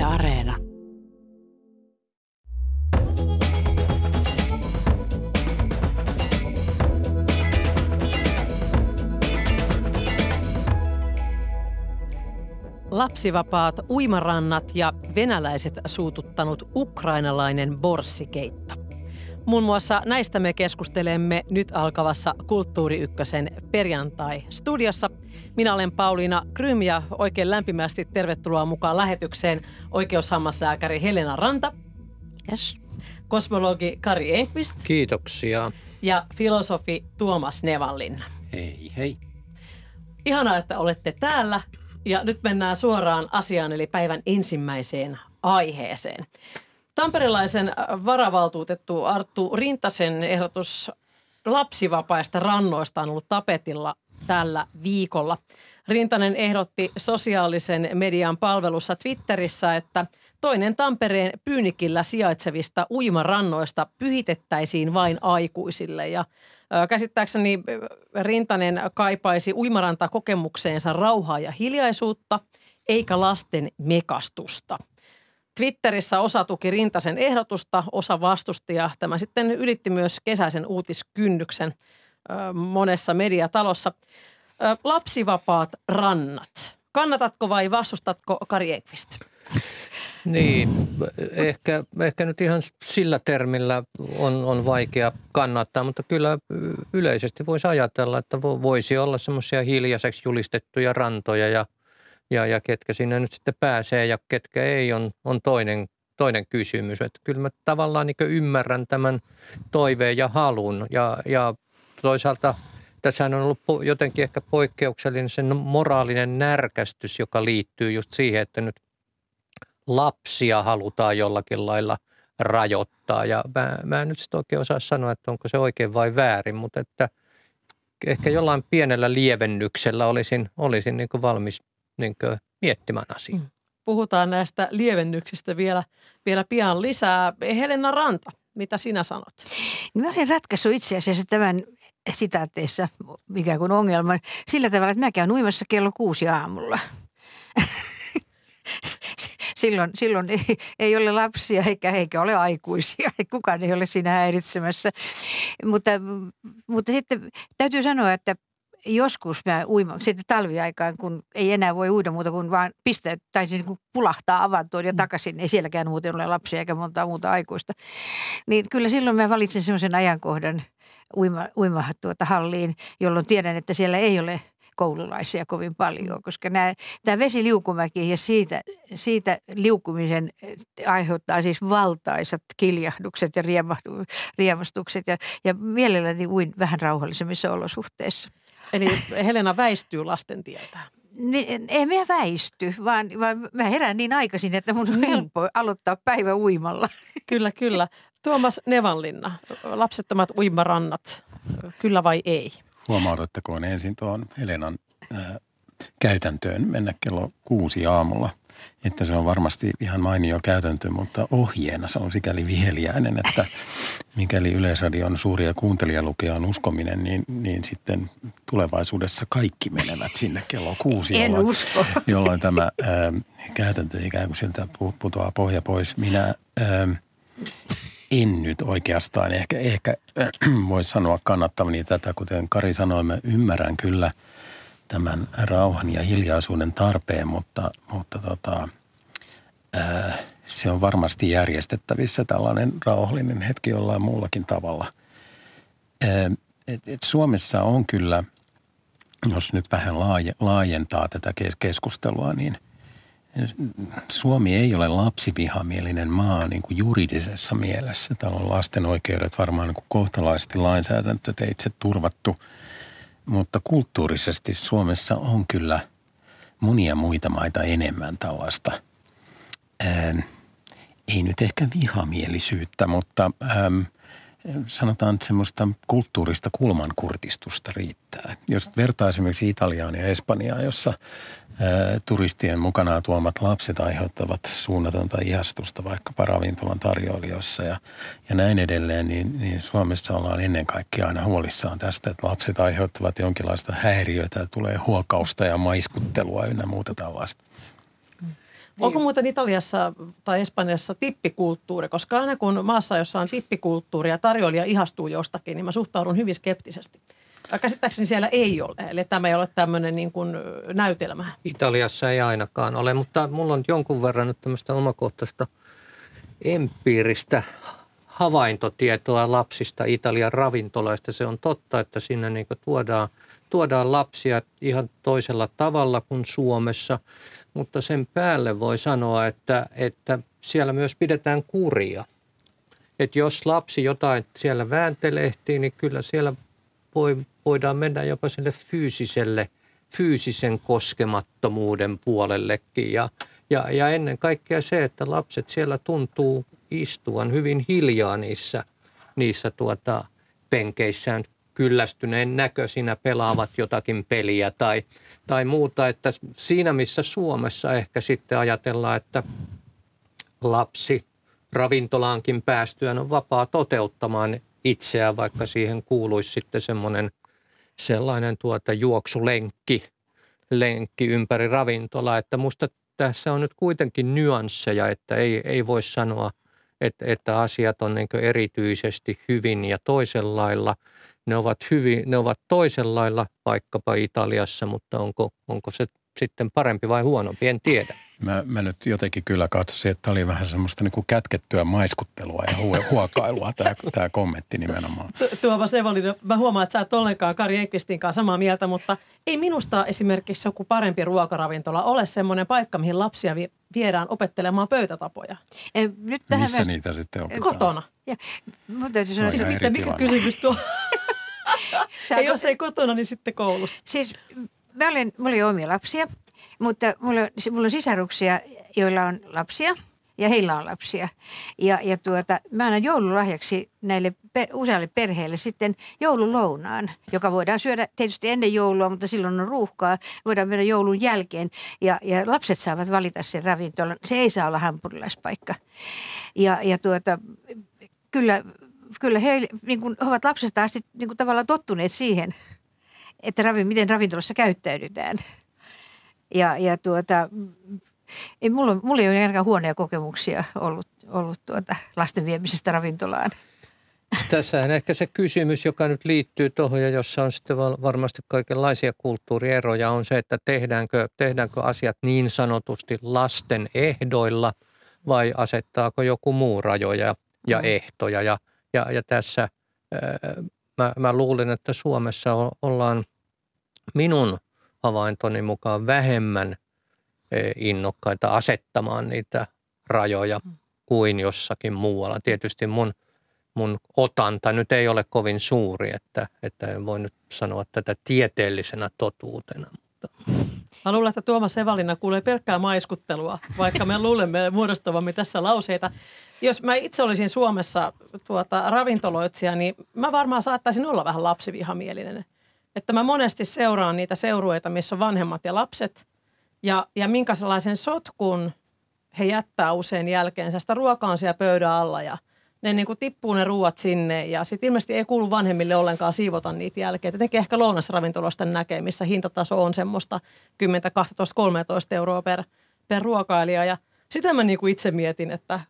Areena. Lapsivapaat uimarannat ja venäläiset suututtanut ukrainalainen borssikeitto. Muun muassa näistä me keskustelemme nyt alkavassa Kulttuuri Ykkösen perjantai-studiossa. Minä olen Pauliina Krym ja oikein lämpimästi tervetuloa mukaan lähetykseen oikeushammaslääkäri Helena Ranta. Yes. Kosmologi Kari Enqvist. Kiitoksia. Ja filosofi Tuomas Nevanlinna. Hei hei. Ihanaa, että olette täällä. Ja nyt mennään suoraan asiaan, eli päivän ensimmäiseen aiheeseen. Tamperelaisen varavaltuutettu Arttu Rintasen ehdotus lapsivapaista rannoista on ollut tapetilla tällä viikolla. Rintanen ehdotti sosiaalisen median palvelussa Twitterissä, että toinen Tampereen Pyynikillä sijaitsevista uimarannoista pyhitettäisiin vain aikuisille. Ja käsittääkseni Rintanen kaipaisi uimaranta-kokemukseensa rauhaa ja hiljaisuutta, eikä lasten mekastusta. Twitterissä osa tuki Rintasen ehdotusta, osa vastusti ja tämä sitten ylitti myös kesäisen uutiskynnyksen monessa mediatalossa. Lapsivapaat rannat. Kannatatko vai vastustatko, Kari Enqvist? Niin, ehkä nyt ihan sillä termillä on vaikea kannattaa, mutta kyllä yleisesti voisi ajatella, että voisi olla semmoisia hiljaiseksi julistettuja rantoja ja ketkä sinne nyt sitten pääsee ja ketkä ei on toinen kysymys. Että kyllä mä tavallaan niin ymmärrän tämän toiveen ja halun ja toisaalta tässähän on ollut jotenkin ehkä poikkeuksellinen sen moraalinen närkästys, joka liittyy just siihen, että nyt lapsia halutaan jollakin lailla rajoittaa ja mä en nyt sitten oikein osaa sanoa, että onko se oikein vai väärin, mutta että ehkä jollain pienellä lievennyksellä olisin niin kuin valmis niin kuin miettimään asiaa. Puhutaan näistä lievennyksistä vielä pian lisää. Helena Ranta, mitä sinä sanot? Mä olen ratkaissut itse asiassa tämän sitaatteissa ikään kuin ongelman sillä tavalla, että mä käyn uimassa kello 6 aamulla. Silloin ei ole lapsia eikä ole aikuisia. Kukaan ei ole siinä häiritsemässä. Mutta sitten täytyy sanoa, että joskus mä uimaan sitten talviaikaan, kun ei enää voi uida muuta kuin vaan pistää tai niin kuin pulahtaa avantoon ja takaisin. Ei sielläkään muuten ole lapsia eikä montaa muuta aikuista. Niin kyllä silloin mä valitsen semmoisen ajankohdan halliin, jolloin tiedän, että siellä ei ole koululaisia kovin paljon, koska tämä vesiliukumäki ja siitä liukumisen aiheuttaa siis valtaisat kiljahdukset ja riemastukset ja mielelläni uin vähän rauhallisemmissa olosuhteissa. Eli Helena väistyy lasten tieltä. Ei mä väisty, vaan mä herään niin aikaisin, että mun on helppo aloittaa päivä uimalla. Kyllä. Tuomas Nevanlinna, lapsettomat uimarannat, kyllä vai ei? Huomautattakoon ensin tuon Helenan käytäntöön mennä kello 6 aamulla, että se on varmasti ihan mainio käytäntö, mutta ohjeena se on sikäli viheliäinen, että mikäli Yleisradion suuria kuuntelijalukija on uskominen, niin sitten tulevaisuudessa kaikki menevät sinne kello 6, jolloin tämä käytäntö ikään kuin siltä putoaa pohja pois. Minä en nyt oikeastaan ehkä voisi sanoa kannattavani tätä, kuten Kari sanoi, mä ymmärrän kyllä tämän rauhan ja hiljaisuuden tarpeen, mutta se on varmasti järjestettävissä tällainen rauhallinen hetki jollain muullakin tavalla. Suomessa on kyllä, jos nyt vähän laajentaa tätä keskustelua, niin Suomi ei ole lapsivihamielinen maa niin kuin juridisessa mielessä. Täällä on lasten oikeudet varmaan niin kuin kohtalaisesti lainsäädäntöteitse turvattu, mutta kulttuurisesti Suomessa on kyllä monia muita maita enemmän tällaista. Ei nyt ehkä vihamielisyyttä, mutta sanotaan, että semmoista kulttuurista kulmankurtistusta riittää. Jos vertaa esimerkiksi Italiaan ja Espanjaan, jossa turistien mukanaan tuomat lapset aiheuttavat suunnatonta ihastusta vaikkapa ravintolan tarjoilijoissa ja näin edelleen, niin Suomessa ollaan ennen kaikkea aina huolissaan tästä, että lapset aiheuttavat jonkinlaista häiriötä, tulee huokausta ja maiskuttelua ynnä muuta tällaista. Onko muuten Italiassa tai Espanjassa tippikulttuuri? Koska aina kun maassa, jossa on tippikulttuuri ja tarjoilija ihastuu jostakin, niin mä suhtaudun hyvin skeptisesti. Käsittääkseni siellä ei ole, eli tämä ei ole tämmöinen niin kuin näytelmä. Italiassa ei ainakaan ole, mutta mulla on jonkun verran nyt tämmöistä omakohtaista empiiristä havaintotietoa lapsista Italian ravintoloista. Se on totta, että sinne niin kuin tuodaan lapsia ihan toisella tavalla kuin Suomessa, mutta sen päälle voi sanoa, että siellä myös pidetään kuria. Että jos lapsi jotain siellä vääntelehtii, niin kyllä siellä voidaan mennä jopa sille fyysisen koskemattomuuden puolellekin. Ja ennen kaikkea se, että lapset siellä tuntuu istuvan hyvin hiljaa niissä penkeissään kyllästyneen näköisinä, pelaavat jotakin peliä tai muuta. Että siinä missä Suomessa ehkä sitten ajatellaan, että lapsi ravintolaankin päästyään on vapaa toteuttamaan itseään, vaikka siihen kuuluisi sitten sellainen juoksulenkki ympäri ravintolaa. Että musta tässä on nyt kuitenkin nyansseja, että ei voi sanoa, että asiat on niin kuin erityisesti hyvin ja toisella lailla. Ne ovat toisella lailla vaikkapa Italiassa, mutta onko se sitten parempi vai huonompi, en tiedä. Mä nyt jotenkin kyllä katsoisin, että oli vähän semmoista niin kuin kätkettyä maiskuttelua ja huokailua tämä kommentti nimenomaan. Tuomas Evolina, mä huomaan, että sä et ollenkaan Kari Ekvistin kanssa samaa mieltä, mutta ei minusta esimerkiksi joku parempi ruokaravintola ole semmoinen paikka, mihin lapsia viedään opettelemaan pöytätapoja. Missä niitä sitten opetetaan? Kotona. Ja, mun täytyy sanoa, siis mikä kysymys tuo? Jos ei kotona, niin sitten koulussa. Siis mulla oli omia lapsia, mutta mulla on sisaruksia, joilla on lapsia ja heillä on lapsia. Ja mä annan joululahjaksi näille usealle perheelle sitten joululounaan, joka voidaan syödä tietysti ennen joulua, mutta silloin on ruuhkaa. Voidaan mennä joulun jälkeen ja lapset saavat valita sen ravintolan. Se ei saa olla hampurilaispaikka. Kyllä he niin kuin ovat lapsesta asti niin kuin tavallaan tottuneet siihen, että miten ravintolassa käyttäydytään. Mulla ei ole ainakaan huonoja kokemuksia ollut lasten viemisestä ravintolaan. Tässähän ehkä se kysymys, joka nyt liittyy tuohon ja jossa on sitten varmasti kaikenlaisia kulttuurieroja, on se, että tehdäänkö asiat niin sanotusti lasten ehdoilla vai asettaako joku muu rajoja ja ehtoja. Ja tässä mä luulen, että Suomessa ollaan minun havaintoni mukaan vähemmän innokkaita asettamaan niitä rajoja kuin jossakin muualla. Tietysti mun otanta nyt ei ole kovin suuri, että en voi nyt sanoa tätä tieteellisenä totuutena. Mä luulen, että Tuomas Evalina kuulee pelkkää maiskuttelua, vaikka me luulemme muodostavamme tässä lauseita. Jos mä itse olisin Suomessa ravintoloitsija, niin mä varmaan saattaisin olla vähän lapsivihamielinen. Että mä monesti seuraan niitä seurueita, missä on vanhemmat ja lapset ja minkälaisen sotkun he jättää usein jälkeensä. Sitä ruokaa on siellä pöydän alla ja ne niin kuin tippuu ne ruuat sinne ja sitten ilmeisesti ei kuulu vanhemmille ollenkaan siivota niitä jälkeen. Etenkin ehkä lounasravintoloista näkee, missä hintataso on semmoista 10, 12, 13 euroa per ruokailija. Ja sitä mä niin kuin itse mietin, että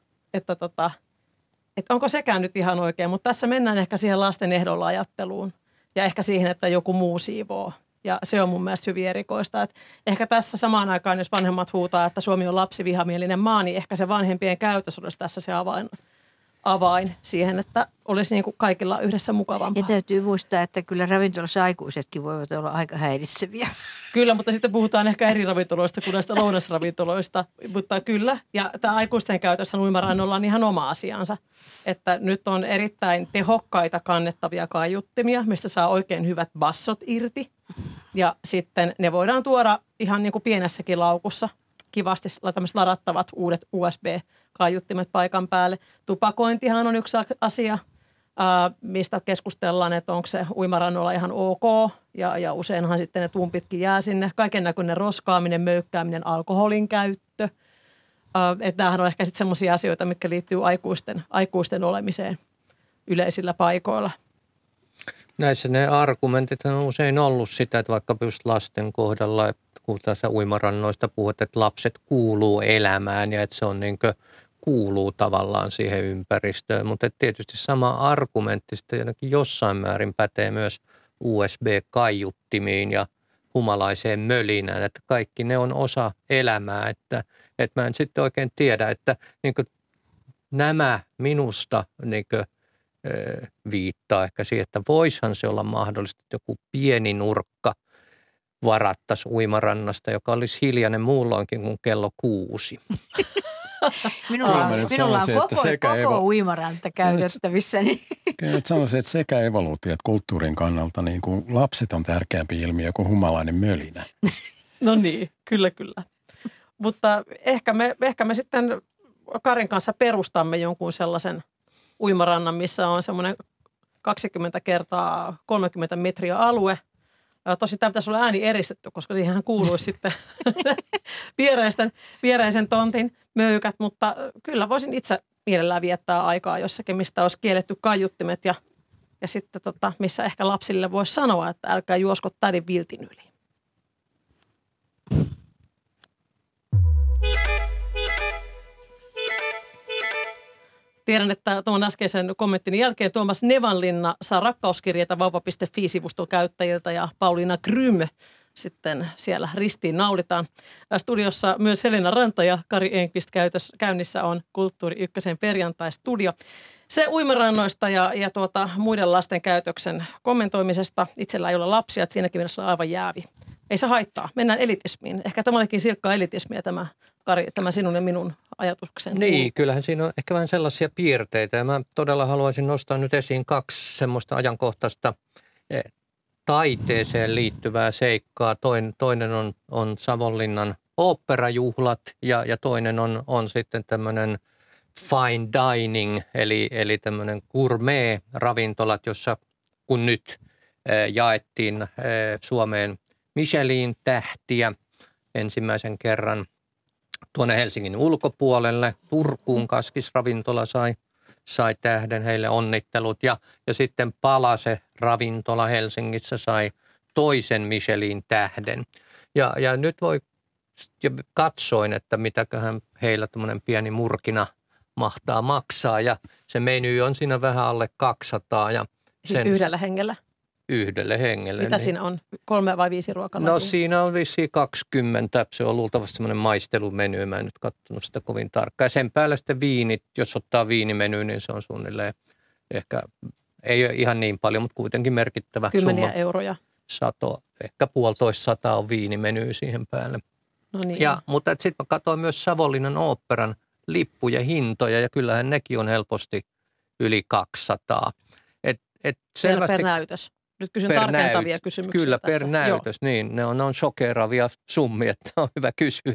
onko sekään nyt ihan oikein, mutta tässä mennään ehkä siihen lasten ehdolla ajatteluun ja ehkä siihen, että joku muu siivoo. Ja se on mun mielestä hyvin erikoista. Että ehkä tässä samaan aikaan, jos vanhemmat huutaa, että Suomi on lapsivihamielinen maa, niin ehkä se vanhempien käytös olisi tässä se avain siihen, että olisi niin kuin kaikilla yhdessä mukavampaa. Ja täytyy muistaa, että kyllä ravintolassa aikuisetkin voivat olla aika häiritseviä. Kyllä, mutta sitten puhutaan ehkä eri ravintoloista kuin näistä lounasravintoloista. Mutta kyllä, ja tämä aikuisten käytöshän uimarannolla on ihan oma asiansa. Että nyt on erittäin tehokkaita kannettavia kaiuttimia, mistä saa oikein hyvät bassot irti. Ja sitten ne voidaan tuoda ihan niin kuin pienessäkin laukussa. Kivasti tämmöiset ladattavat uudet USB-kaiuttimet paikan päälle. Tupakointihan on yksi asia, mistä keskustellaan, että onko se uimarannolla ihan ok. Ja useinhan sitten ne tumpitkin jää sinne. Kaiken näköinen roskaaminen, möykkääminen, alkoholin käyttö. Että nämähän on ehkä sitten semmoisia asioita, mitkä liittyy aikuisten olemiseen yleisillä paikoilla. Näissä ne argumentit on usein ollut sitä, että vaikka just lasten kohdalla, puhutaan uimarannoista, puhut, että lapset kuuluu elämään ja että se on niin kuin kuuluu tavallaan siihen ympäristöön. Mutta tietysti sama argumentti sitten jotenkin jossain määrin pätee myös USB-kaiuttimiin ja humalaiseen mölinään, että kaikki ne on osa elämää, että mä en sitten oikein tiedä, että niin kuin nämä minusta niin kuin, viittaa ehkä siihen, että voisihan se olla mahdollista, että joku pieni nurkka varattaisi uimarannasta, joka olisi hiljainen muulloinkin kuin kello 6. Minulla on koko uimaranta käytettävissä. Niin. Kyllä nyt sanoisin, että sekä evoluutio että kulttuurin kannalta niin kuin lapset on tärkeämpi ilmiö kuin humalainen mölinä. No niin, kyllä. Mutta ehkä me sitten Karin kanssa perustamme jonkun sellaisen uimarannan, missä on semmoinen 20 kertaa 30 metriä alue. Tosin tämä pitäisi olla ääni eristetty, koska siihenhän kuuluisi sitten viereisen tontin möykät, mutta kyllä voisin itse mielellään viettää aikaa jossakin, mistä olisi kielletty kaiuttimet ja sitten missä ehkä lapsille voisi sanoa, että älkää juosko tädin viltin yli. Tiedän, että tuon äskeisen kommenttini jälkeen Tuomas Nevanlinna saa rakkauskirjeitä vauva.fi-sivuston käyttäjiltä ja Pauliina Grym sitten siellä ristiin naulitaan. Studiossa myös Helena Ranta ja Kari Enqvist käynnissä on Kulttuuri Ykkösen perjantai-studio. Se uimarannoista ja muiden lasten käytöksen kommentoimisesta. Itsellä ei ole lapsia, että siinäkin mielessä on aivan jäävi. Ei se haittaa. Mennään elitismiin. Ehkä tämä olikin silkkaa elitismiä tämä, Kari, tämä sinun ja minun ajatuksen. Niin, kyllähän siinä on ehkä vähän sellaisia piirteitä. Ja mä todella haluaisin nostaa nyt esiin 2 semmoista ajankohtaista taiteeseen liittyvää seikkaa. Toinen on Savonlinnan oopperajuhlat ja toinen on sitten tämmöinen fine dining, eli tämmöinen gourmet-ravintolat, jossa kun nyt jaettiin Suomeen Michelin-tähtiä ensimmäisen kerran tuonne Helsingin ulkopuolelle. Turkuun Kaskis-ravintola sai tähden, heille onnittelut. Ja sitten Palase ravintola Helsingissä sai toisen Michelin-tähden. Ja nyt katsoin, että mitäköhän heillä tämmöinen pieni murkina mahtaa maksaa. Ja se menu on siinä vähän alle 200. Ja siis yhdellä hengellä? Yhdelle hengelle. Mitä niin siinä on? 3 vai 5 ruokalajia? No siinä on vissiin 20. Se on luultavasti semmoinen maistelumeny. Mä en nyt katsonut sitä kovin tarkkaan. Ja sen päällä sitten viinit. Jos ottaa viinimeny, niin se on suunnilleen ehkä, ei ole ihan niin paljon, mutta kuitenkin merkittävä 10 summa. euroja. Ehkä 150 on viinimeny siihen päälle. No niin. Mutta sitten mä katsoin myös Savonlinnan oopperan lippuja hintoja ja kyllähän nekin on helposti yli 200. Per näytös. Nyt kysyn tarkentavia kysymyksiä. Kyllä, tässä. per näytös, niin. Ne on shokeeravia summia, että on hyvä kysyä.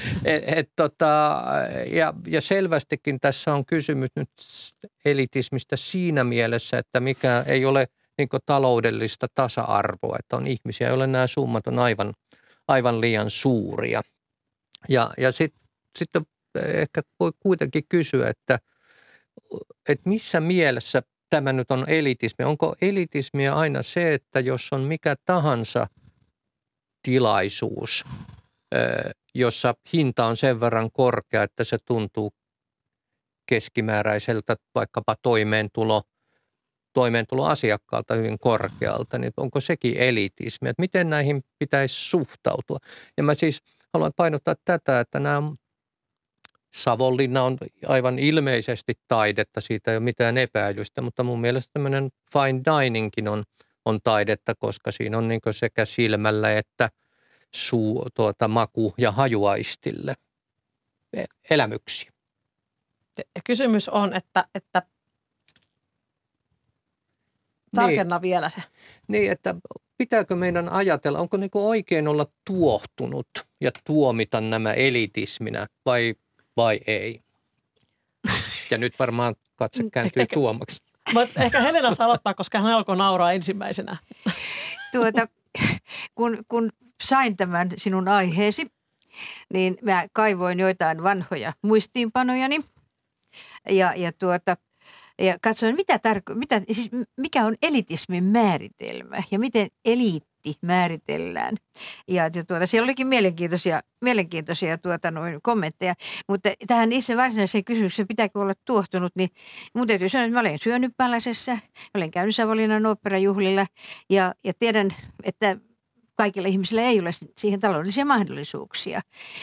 Ja selvästikin tässä on kysymys nyt elitismistä siinä mielessä, että mikä ei ole niin kuin taloudellista tasa-arvoa, että on ihmisiä, joille nämä summat on aivan liian suuria. Ja sitten ehkä voi kuitenkin kysyä, että missä mielessä tämä nyt on elitismi. Onko elitismiä aina se, että jos on mikä tahansa tilaisuus, jossa hinta on sen verran korkea, että se tuntuu keskimääräiseltä vaikkapa toimeentuloasiakkaalta hyvin korkealta, niin onko sekin elitismi? Että miten näihin pitäisi suhtautua? Ja mä siis haluan painottaa tätä, että nämä Savonlinna on aivan ilmeisesti taidetta, siitä ei ole mitään epäilystä, mutta mun mielestä tämmöinen fine diningkin on taidetta, koska siinä on niin kuin sekä silmällä että maku- ja hajuaistille elämyksiä. Kysymys on, että tarkenna vielä se. Niin, että pitääkö meidän ajatella, onko niin kuin oikein olla tuohtunut ja tuomita nämä elitisminä vai ei? Ja nyt varmaan katse kääntyy Tuomaksi. Ehkä Helena saa aloittaa, koska hän alkoi nauraa ensimmäisenä. Kun sain tämän sinun aiheesi, niin mä kaivoin joitain vanhoja muistiinpanojani ja katsoin, mikä on elitismin määritelmä ja miten eliitti määritellään. Ja siellä olikin mielenkiintoisia kommentteja, mutta tähän itse varsinaiseen kysymykseen, pitääkö olla tuohtunut, niin mun täytyy sanoa, että mä olen syönyt Pallasessa, olen käynyt Savonlinnan oopperajuhlilla ja tiedän, että kaikilla ihmisillä ei ole siihen taloudellisia mahdollisuuksia.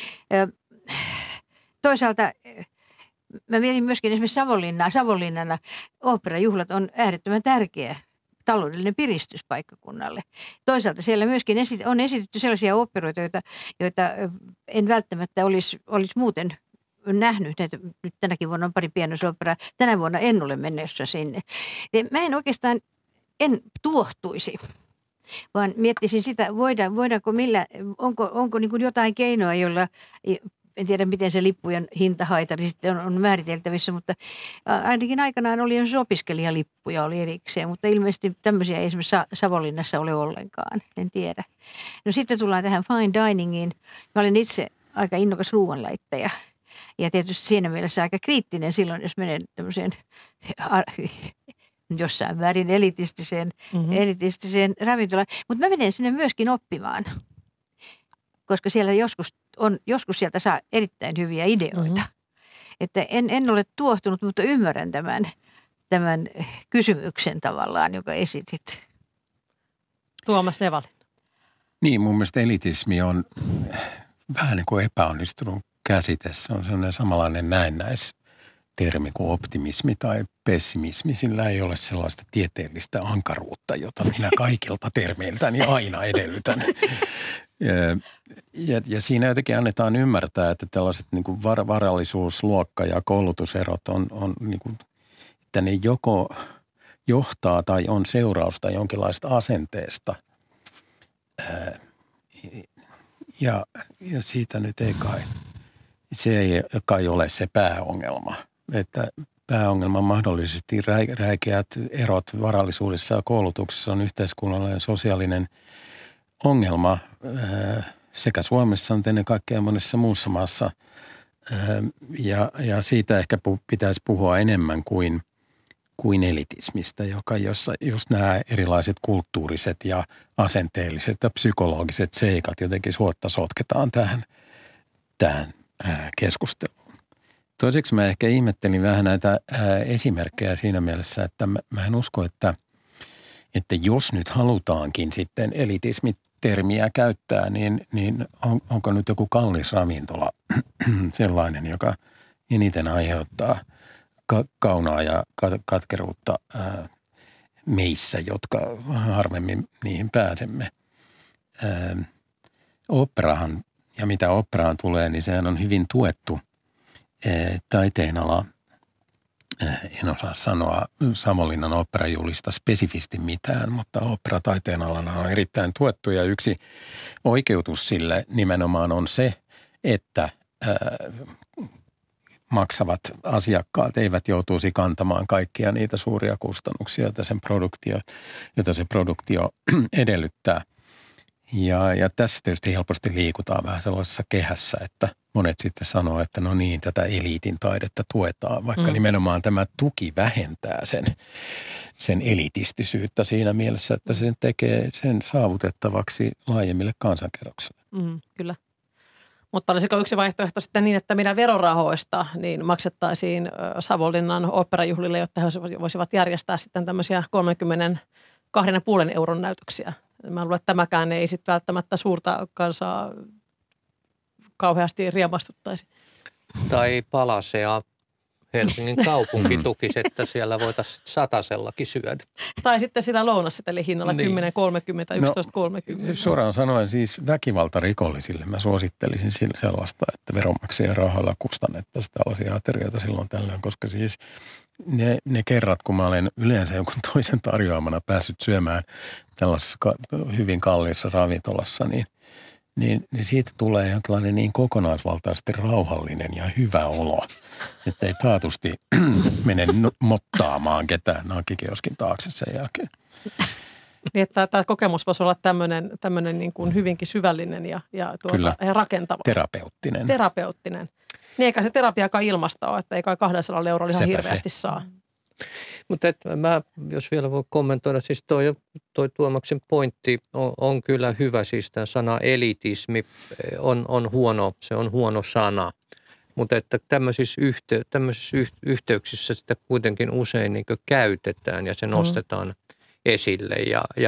Toisaalta mä mietin myöskin esimerkiksi Savonlinnana oopperajuhlat on äärettömän tärkeä taloudellinen piristys paikkakunnalle. Toisaalta siellä myöskin on esitetty sellaisia oopperoita, joita en välttämättä olisi muuten nähnyt. Nyt tänäkin vuonna on pari pienoisoopperaa. Tänä vuonna en ole mennessä sinne. Mä en oikeastaan tuohtuisi, vaan miettisin sitä, voidaanko onko niin kuin jotain keinoa, jolla, en tiedä miten se lippujen hintahaitari sitten on määriteltävissä, mutta ainakin aikanaan oli jos opiskelijalippuja oli erikseen, mutta ilmeisesti tämmöisiä ei esimerkiksi Savonlinnassa ole ollenkaan, en tiedä. No sitten tullaan tähän fine diningiin. Mä olen itse aika innokas ruoanlaittaja ja tietysti siinä mielessä aika kriittinen silloin, jos menen tämmöiseen jossain määrin elitistiseen ravintolaan. Mutta mä menen sinne myöskin oppimaan, koska siellä joskus sieltä saa erittäin hyviä ideoita. Että en ole tuohtunut, mutta ymmärrän tämän kysymyksen tavallaan, joka esitit. Tuomas Nevalin. Niin, mun mielestä elitismi on vähän niin kuin epäonnistunut käsite. Se on sellainen samanlainen näennäistermi kuin optimismi tai pessimismi. Sillä ei ole sellaista tieteellistä ankaruutta, jota minä kaikilta termeiltäni aina edellytän. Ja siinä jotenkin annetaan ymmärtää, että tällaiset niin kuin varallisuus, luokka ja koulutuserot on niin kuin, että ne joko johtaa tai on seurausta jonkinlaista asenteesta. Ja siitä nyt se ei kai ole se pääongelma. Että pääongelma mahdollisesti räikeät erot varallisuudessa ja koulutuksessa on yhteiskunnallinen sosiaalinen ongelma sekä Suomessa että ennen kaikkea monessa muussa maassa. Ja siitä ehkä pitäisi puhua enemmän kuin elitismistä, jos nämä erilaiset kulttuuriset ja asenteelliset ja psykologiset seikat jotenkin suotta sotketaan tähän keskusteluun. Toiseksi mä ehkä ihmettelin vähän näitä esimerkkejä siinä mielessä, että mä en usko, että jos nyt halutaankin sitten elitismitermiä käyttää, niin onko nyt joku kallis ravintola sellainen, joka eniten aiheuttaa kaunaa ja katkeruutta meissä, jotka harvemmin niihin pääsemme. Oopperahan ja mitä oopperaan tulee, niin sehän on hyvin tuettu taiteenala. En osaa sanoa Savonlinnan oopperajuhlista spesifisti mitään, mutta ooppera taiteenalana on erittäin tuettu ja yksi oikeutus sille nimenomaan on se, että maksavat asiakkaat eivät joutuisi kantamaan kaikkia niitä suuria kustannuksia, joita se produktio edellyttää. Ja tässä tietysti helposti liikutaan vähän sellaisessa kehässä, että monet sitten sanoo, että no niin, tätä eliitin taidetta tuetaan, vaikka nimenomaan tämä tuki vähentää sen elitistisyyttä siinä mielessä, että se tekee sen saavutettavaksi laajemmille kansankerroksille. Kyllä. Mutta olisiko yksi vaihtoehto sitten niin, että meidän verorahoista niin maksettaisiin Savonlinnan oopperajuhlille, jotta he voisivat järjestää sitten tämmöisiä 32,5 euron näytöksiä. Mä luulen, että tämäkään ei sitten välttämättä suurta kansaa kauheasti riemastuttaisi. Tai Palasea Helsingin kaupunki tukisi, että siellä voitaisiin satasellakin syödä. Tai sitten sillä lounasseteli hinnalla niin. 10,30, 11,30. Suoraan sanoen siis väkivaltarikollisille mä suosittelisin sellaista, että veronmaksajien rahoilla kustannettaisiin tällaisia aterioita silloin tällöin, koska siis ne kerrat, kun mä olen yleensä jonkun toisen tarjoamana päässyt syömään tällaisessa hyvin kalliissa ravintolassa, niin siitä tulee jonkinlainen niin kokonaisvaltaisesti rauhallinen ja hyvä olo, että ei taatusti mene mottaamaan ketään nakkikioskin taakse sen jälkeen. Niin, että tämä kokemus voisi olla tämmöinen niin kuin hyvinkin syvällinen ja rakentava. Terapeuttinen. Niin eikä se terapiakaan ilmasta ole, että ei kai 200 € ihan hirveästi saa. Mutta mä, jos vielä voi kommentoida, siis toi Tuomaksen pointti on kyllä hyvä, siis tämä sana elitismi on huono, se on huono sana. Mutta että tämmöisissä yhteyksissä sitä kuitenkin usein niin kuin käytetään ja se nostetaan esille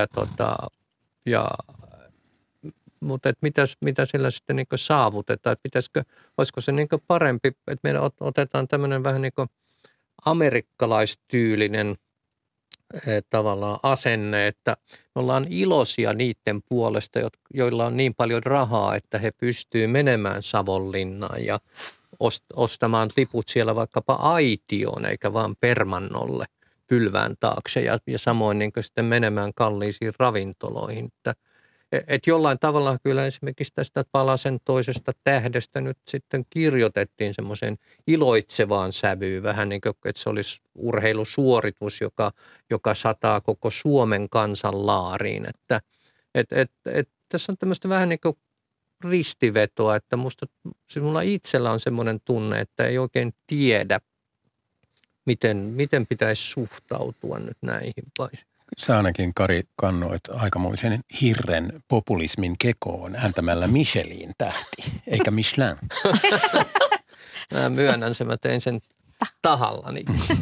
mutta että mitä sillä sitten niin kuin saavutetaan, että olisiko se niin kuin parempi, että meidän otetaan tämmöinen vähän niin kuin amerikkalaistyylinen tavallaan asenne, että me ollaan iloisia niiden puolesta, joilla on niin paljon rahaa, että he pystyvät menemään Savonlinnaan ja ostamaan liput siellä vaikkapa aitioon eikä vaan permannolle pylvään taakse ja samoin niin kuin sitten menemään kalliisiin ravintoloihin. Että jollain tavalla kyllä esimerkiksi tästä Palasen toisesta tähdestä nyt sitten kirjoitettiin semmoisen iloitsevaan sävyyn vähän niin kuin, että se olisi urheilusuoritus, joka sataa koko Suomen kansan laariin. Että tässä on tämmöistä vähän niin kuin ristivetoa, että minulla itsellä on semmoinen tunne, että ei oikein tiedä, miten pitäisi suhtautua nyt näihin vai. Sä ainakin, Kari, kannoit aikamoisen hirren populismin kekoon ääntämällä Michelin tähti, eikä Michelin. Mä myönnän sen, mä tein sen tahallani.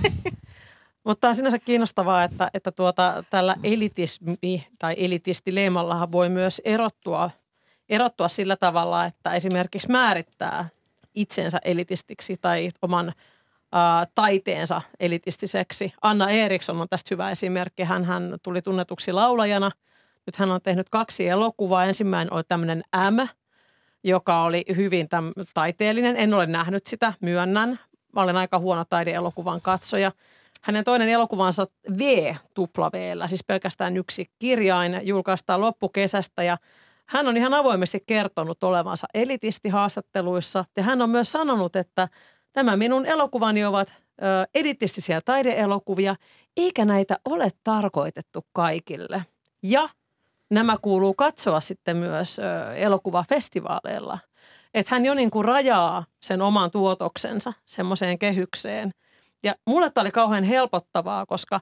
Mutta on sinänsä kiinnostavaa, että tällä elitismi tai elitistileemallahan voi myös erottua sillä tavalla, että esimerkiksi määrittää itsensä elitistiksi tai oman taiteensa elitistiseksi. Anna Eriksson on tästä hyvä esimerkki. Hän tuli tunnetuksi laulajana. Nyt hän on tehnyt 2 elokuvaa. Ensimmäinen oli tämmöinen M, joka oli hyvin taiteellinen. En ole nähnyt sitä, myönnän. Mä olen aika huono taideelokuvan katsoja. Hänen toinen elokuvansa V-V:llä, siis pelkästään yksi kirjain, julkaistaan loppukesästä ja hän on ihan avoimesti kertonut olevansa elitisti haastatteluissa ja hän on myös sanonut, että nämä minun elokuvani ovat elitistisiä taideelokuvia, eikä näitä ole tarkoitettu kaikille. Ja nämä kuuluu katsoa sitten myös elokuvafestivaaleilla. Että hän jo niin kuin rajaa sen oman tuotoksensa semmoiseen kehykseen. Ja mulle tämä oli kauhean helpottavaa, koska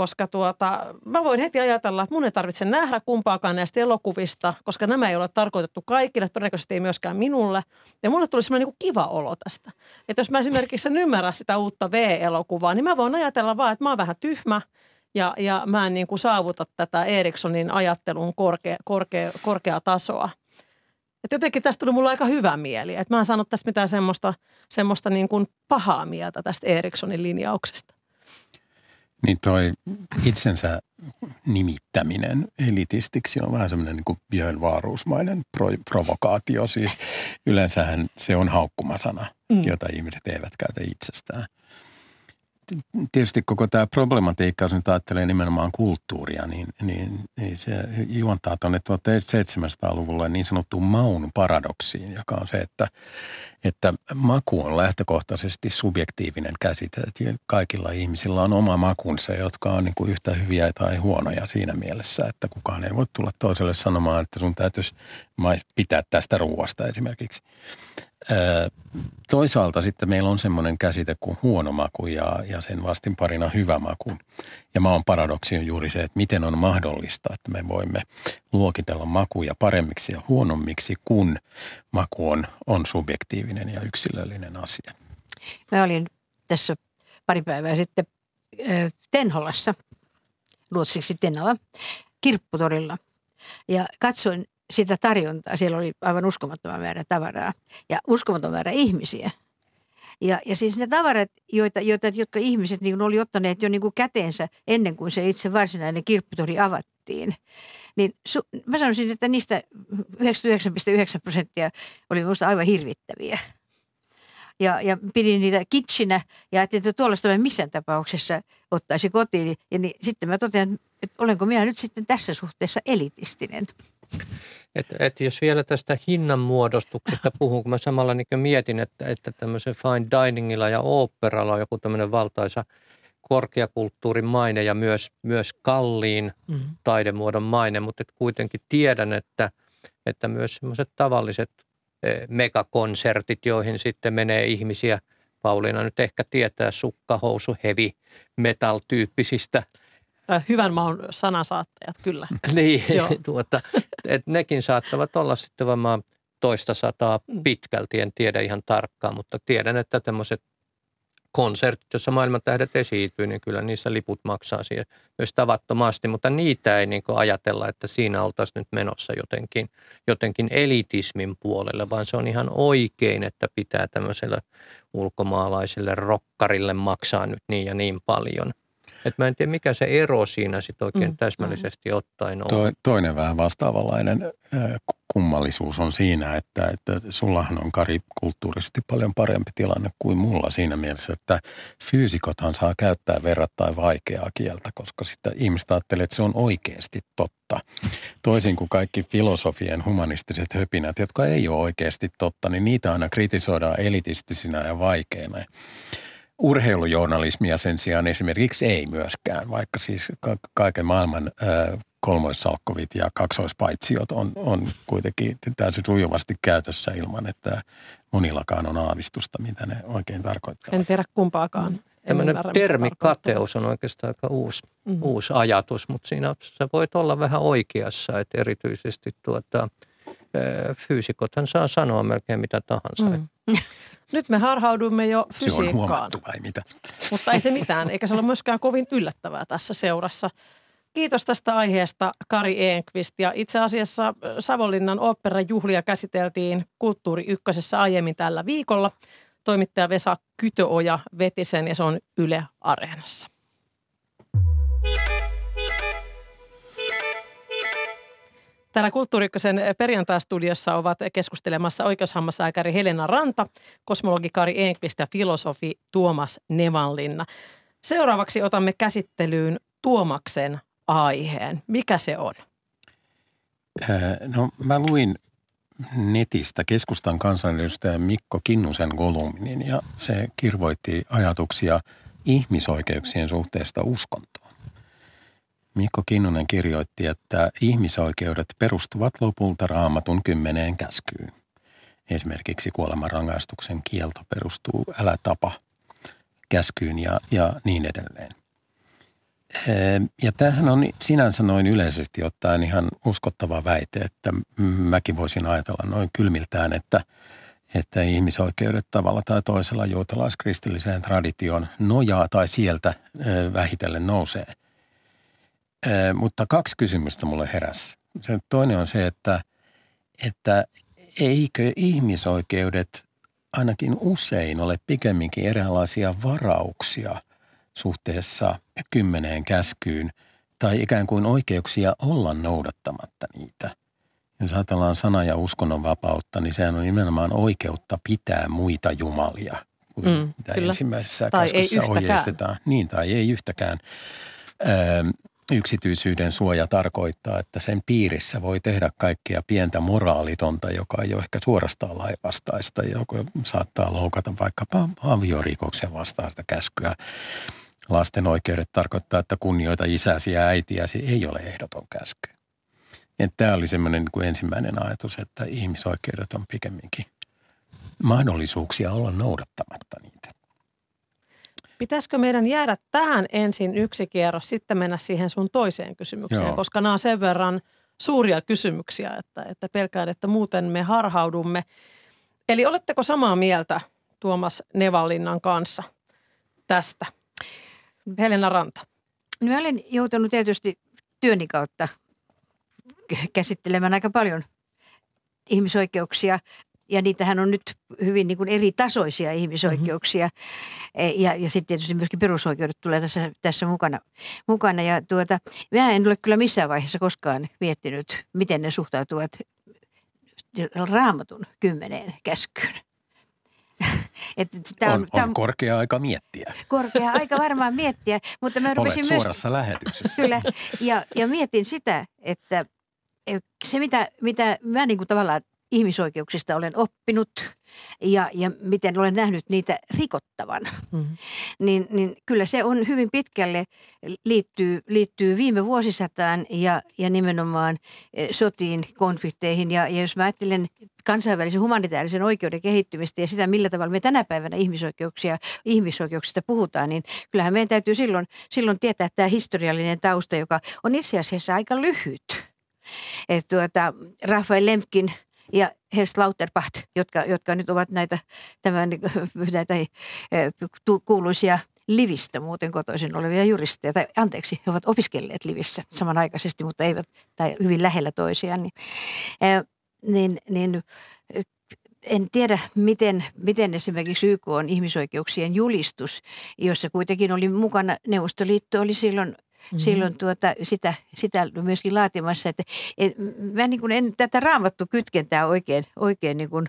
mä voin heti ajatella, että mun ei tarvitse nähdä kumpaakaan näistä elokuvista, koska nämä ei ole tarkoitettu kaikille, todennäköisesti ei myöskään minulle. Ja mulle tuli semmoinen niin kuin kiva olo tästä. Että jos mä esimerkiksi en ymmärrä sitä uutta V-elokuvaa, niin mä voin ajatella vaan, että mä oon vähän tyhmä ja mä en niin kuin saavuta tätä Erikssonin ajattelun korkea tasoa. Että jotenkin tästä tuli mulla aika hyvä mieli. Että mä en saanut tästä mitään semmoista niin kuin pahaa mieltä tästä Erikssonin linjauksesta. Niin toi itsensä nimittäminen elitistiksi on vähän semmoinen niin kuin Björn Wahlroosmainen provokaatio. Siis yleensähän se on haukkumasana, jota ihmiset eivät käytä itsestään. Tietysti koko tämä problematiikka, jos nyt ajattelee nimenomaan kulttuuria, niin se juontaa tuonne 1700-luvulle niin sanottuun maun paradoksiin, joka on se, että maku on lähtökohtaisesti subjektiivinen käsite. Että kaikilla ihmisillä on oma makunsa, jotka on niin kuin yhtä hyviä tai huonoja siinä mielessä, että kukaan ei voi tulla toiselle sanomaan, että sun täytyisi pitää tästä ruuasta esimerkiksi. Toisaalta sitten meillä on semmoinen käsite kuin huono maku ja sen vastinparina hyvä maku. Ja maun paradoksi on juuri se, että miten on mahdollista, että me voimme luokitella makuja paremmiksi ja huonommiksi, kun maku on subjektiivinen ja yksilöllinen asia. Mä olin tässä pari päivää sitten Tenholassa, ruotsiksi Tenala, Kirpputorilla ja katsoin sitä tarjontaa. Siellä oli aivan uskomattoman määrä tavaraa ja uskomattoman määrä ihmisiä. Ja siis ne tavarat, jotka ihmiset niin oli ottaneet jo niin kuin käteensä ennen kuin se itse varsinainen kirpputori avattiin, niin mä sanoisin, että niistä 99,9% oli minusta aivan hirvittäviä. Ja pidin niitä kitschinä ja ajattelin, että tuollaista mä missään tapauksessa ottaisi kotiin. Ja niin, sitten mä totean, että olenko minä nyt sitten tässä suhteessa elitistinen. Että jos vielä tästä hinnanmuodostuksesta puhun, kun mä samalla niin mietin, että tämmöisen fine diningilla ja oopperalla on joku tämmöinen valtaisa korkeakulttuurin maine ja myös kalliin taidemuodon maine, mutta kuitenkin tiedän, että myös semmoiset tavalliset megakonsertit, joihin sitten menee ihmisiä Pauliina nyt ehkä tietää sukkahousu, heavy metal-tyyppisistä. Hyvän maun sanansaattajat, kyllä. Niin, että nekin saattavat olla sitten varmaan toista sataa pitkälti, en tiedä ihan tarkkaan, mutta tiedän, että tämmöiset konsertit, jossa maailmantähdet esiintyy, niin kyllä niissä liput maksaa siihen myös tavattomasti, mutta niitä ei niin kuin ajatella, että siinä oltaisiin nyt menossa jotenkin elitismin puolelle, vaan se on ihan oikein, että pitää tämmöiselle ulkomaalaiselle rokkarille maksaa nyt niin ja niin paljon. Että mä en tiedä, mikä se ero siinä sitten oikein täsmällisesti ottaen on. Toinen vähän vastaavanlainen kummallisuus on siinä, että sullahan on, Kari, kulttuurisesti paljon parempi tilanne kuin mulla siinä mielessä, että fyysikothan saa käyttää verrattain vaikeaa kieltä, koska sitten ihmiset ajattelee, että se on oikeasti totta. Toisin kuin kaikki filosofien humanistiset höpinät, jotka ei ole oikeasti totta, niin niitä aina kritisoidaan elitistisina ja vaikeina. Urheilujournalismia sen sijaan esimerkiksi ei myöskään, vaikka siis kaiken maailman kolmoissalkkovit ja kaksoispaitsiot on kuitenkin täysin sujuvasti käytössä ilman, että monillakaan on aavistusta, mitä ne oikein tarkoittavat. En tiedä kumpaakaan. Tällainen termikateus on oikeastaan aika uusi ajatus, mutta siinä sä voit olla vähän oikeassa, että erityisesti fyysikothan saa sanoa melkein mitä tahansa. Nyt me harhaudumme jo fysiikkaan. Se on huomattu vai mitä? Mutta ei se mitään, eikä se ole myöskään kovin yllättävää tässä seurassa. Kiitos tästä aiheesta, Kari Enqvist. Ja itse asiassa Savonlinnan oopperajuhlia käsiteltiin Kulttuuri Ykkösessä aiemmin tällä viikolla. Toimittaja Vesa Kytöoja veti sen ja se on Yle Areenassa. Täällä Kulttuuri Ykkösen perjantai-studiossa ovat keskustelemassa oikeushammaslääkäri Helena Ranta, kosmologi Kari Enqvist ja filosofi Tuomas Nevanlinna. Seuraavaksi otamme käsittelyyn Tuomaksen aiheen. Mikä se on? No mä luin netistä keskustan kansanedustajan Mikko Kinnusen kolumnin ja se kirvoitti ajatuksia ihmisoikeuksien suhteesta uskontoon. Mikko Kinnunen kirjoitti, että ihmisoikeudet perustuvat lopulta Raamatun 10 käskyyn. Esimerkiksi kuolemanrangaistuksen kielto perustuu älä tapa käskyyn ja niin edelleen. Ja tämähän on sinänsä noin yleisesti ottaen ihan uskottava väite, että mäkin voisin ajatella noin kylmiltään, että ihmisoikeudet tavalla tai toisella juutalaiskristilliseen traditioon nojaa tai sieltä vähitellen nousee. Mutta 2 kysymystä mulle heräsi. Se toinen on se, että eikö ihmisoikeudet ainakin usein ole pikemminkin eräänlaisia varauksia suhteessa 10 käskyyn tai ikään kuin oikeuksia olla noudattamatta niitä. Jos ajatellaan sana- ja uskonnonvapautta, niin sehän on nimenomaan oikeutta pitää muita jumalia, kuin mitä ensimmäisessä käskyssä ohjeistetaan. Niin, tai ei yhtäkään. Yksityisyyden suoja tarkoittaa, että sen piirissä voi tehdä kaikkea pientä moraalitonta, joka ei ole ehkä suorastaan lainvastaista, joka saattaa loukata vaikkapa aviorikoksen vastaista käskyä. Lasten oikeudet tarkoittaa, että kunnioita isäsi ja äitiäsi ei ole ehdoton käsky. Tämä oli semmoinen niin kuin ensimmäinen ajatus, että ihmisoikeudet on pikemminkin mahdollisuuksia olla noudattamatta niitä. Pitäisikö meidän jäädä tähän ensin yksi kierros, sitten mennä siihen sun toiseen kysymykseen, Joo. koska nämä on sen verran suuria kysymyksiä, että pelkään, että muuten me harhaudumme. Eli oletteko samaa mieltä Tuomas Nevanlinnan kanssa tästä? Helena Ranta. No, mä olen joutunut tietysti työni kautta käsittelemään aika paljon ihmisoikeuksia. Ja niitähän on nyt hyvin niin kuin eri tasoisia ihmisoikeuksia. Ja sitten tietysti myöskin perusoikeudet tulee tässä mukana. Ja mä en ole kyllä missään vaiheessa koskaan miettinyt, miten ne suhtautuvat Raamatun 10 käskyyn. On korkea aika miettiä. Korkea aika varmaan miettiä, mutta mä rupesin Olet suorassa lähetyksessä. Kyllä, ja mietin sitä, että se mitä mä niin kuin tavallaan ihmisoikeuksista olen oppinut ja miten olen nähnyt niitä rikottavan, niin kyllä se on hyvin pitkälle liittyy viime vuosisataan ja nimenomaan sotiin, konflikteihin. Ja jos mä ajattelen kansainvälisen humanitaarisen oikeuden kehittymistä ja sitä, millä tavalla me tänä päivänä ihmisoikeuksista puhutaan, niin kyllähän meidän täytyy silloin tietää tämä historiallinen tausta, joka on itse asiassa aika lyhyt. Että Raphael Lemkin ja Ernst Lauterbach, jotka nyt ovat näitä kuuluisia Livistä muuten kotoisin olevia juristeja, he ovat opiskelleet Livissä samanaikaisesti, mutta eivät, tai hyvin lähellä toisiaan, niin en tiedä, miten esimerkiksi YK on ihmisoikeuksien julistus, jossa kuitenkin oli mukana, Neuvostoliitto oli silloin sitä myöskin laatimassa, että mä niin kuin en tätä raamattu kytkentää oikein niin kuin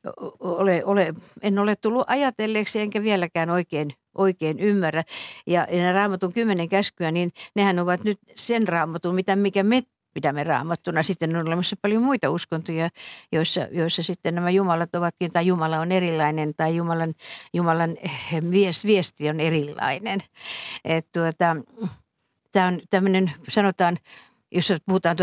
en ole tullut ajatelleeksi enkä vieläkään oikein ymmärrä. Ja nämä raamatun 10 käskyä, niin nehän ovat nyt sen raamatun, mikä me pidämme raamattuna. Sitten on olemassa paljon muita uskontoja, joissa sitten nämä jumalat ovatkin, tai Jumala on erilainen, tai Jumalan viesti on erilainen. Tämä on tämmöinen, sanotaan, jos puhutaan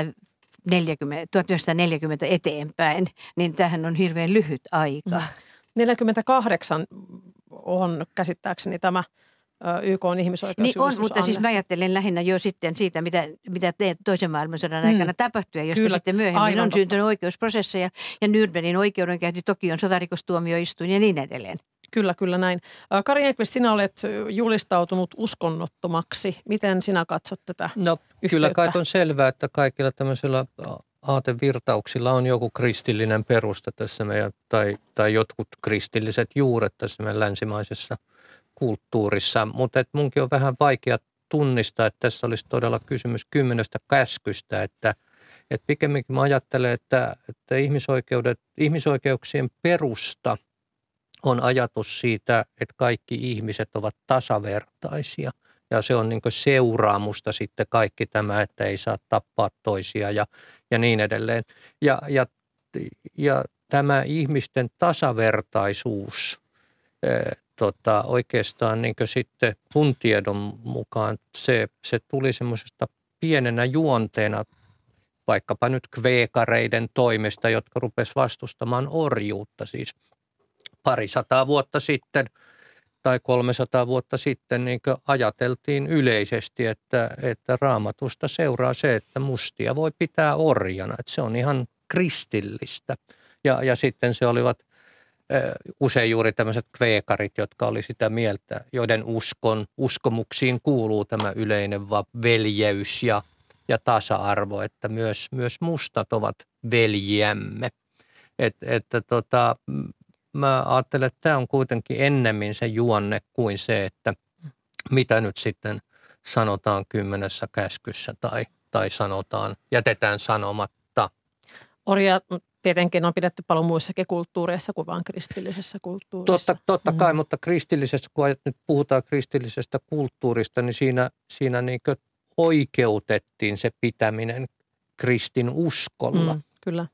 1940 eteenpäin, niin tämähän on hirveän lyhyt aika. 48 on käsittääkseni tämä YK:n ihmisoikeusjulistus. Niin on, mutta siis mä ajattelen lähinnä jo sitten siitä, mitä toisen maailmansodan aikana tapahtui, josta kyllä, sitten myöhemmin aivan on syntynyt oikeusprosesseja ja Nürnbergin oikeudenkäynti, Tokion sotarikostuomioistuin ja niin edelleen. Kyllä näin. Kari Enqvist, sinä olet julistautunut uskonnottomaksi. Miten sinä katsot tätä yhteyttä? Kyllä kai on selvää, että kaikilla tämmöisillä aatevirtauksilla on joku kristillinen perusta tässä meidän, tai jotkut kristilliset juuret tässä meidän länsimaisessa kulttuurissa. Mutta itmunkin on vähän vaikea tunnistaa, että tässä olisi todella kysymys 10 käskystä, että pikemminkin mä ajattelen, että ihmisoikeuksien perusta on ajatus siitä, että kaikki ihmiset ovat tasavertaisia ja se on niin kuin seuraamusta sitten kaikki tämä, että ei saa tappaa toisia ja niin edelleen. Ja tämä ihmisten tasavertaisuus oikeastaan niin kuin sitten mun tiedon mukaan se tuli semmoisesta pienenä juonteena vaikkapa nyt kveekareiden toimesta, jotka rupes vastustamaan orjuutta siis 200 vuotta sitten tai 300 vuotta sitten niin ajateltiin yleisesti, että Raamatusta seuraa se, että mustia voi pitää orjana, että se on ihan kristillistä. Ja sitten se olivat usein juuri tämmöiset kveekarit, jotka oli sitä mieltä, joiden uskomuksiin kuuluu tämä yleinen veljeys ja tasa-arvo, että myös mustat ovat veljiämme. Mä ajattelen, että tämä on kuitenkin ennemmin se juonne kuin se, että mitä nyt sitten sanotaan 10 käskyssä tai jätetään sanomatta. Orja tietenkin on pidetty paljon muissakin kulttuureissa kuin vain kristillisessä kulttuurissa. Totta kai, mutta kristillisessä, kun nyt puhutaan kristillisestä kulttuurista, niin siinä niin kuin oikeutettiin se pitäminen kristin uskolla. Kyllä.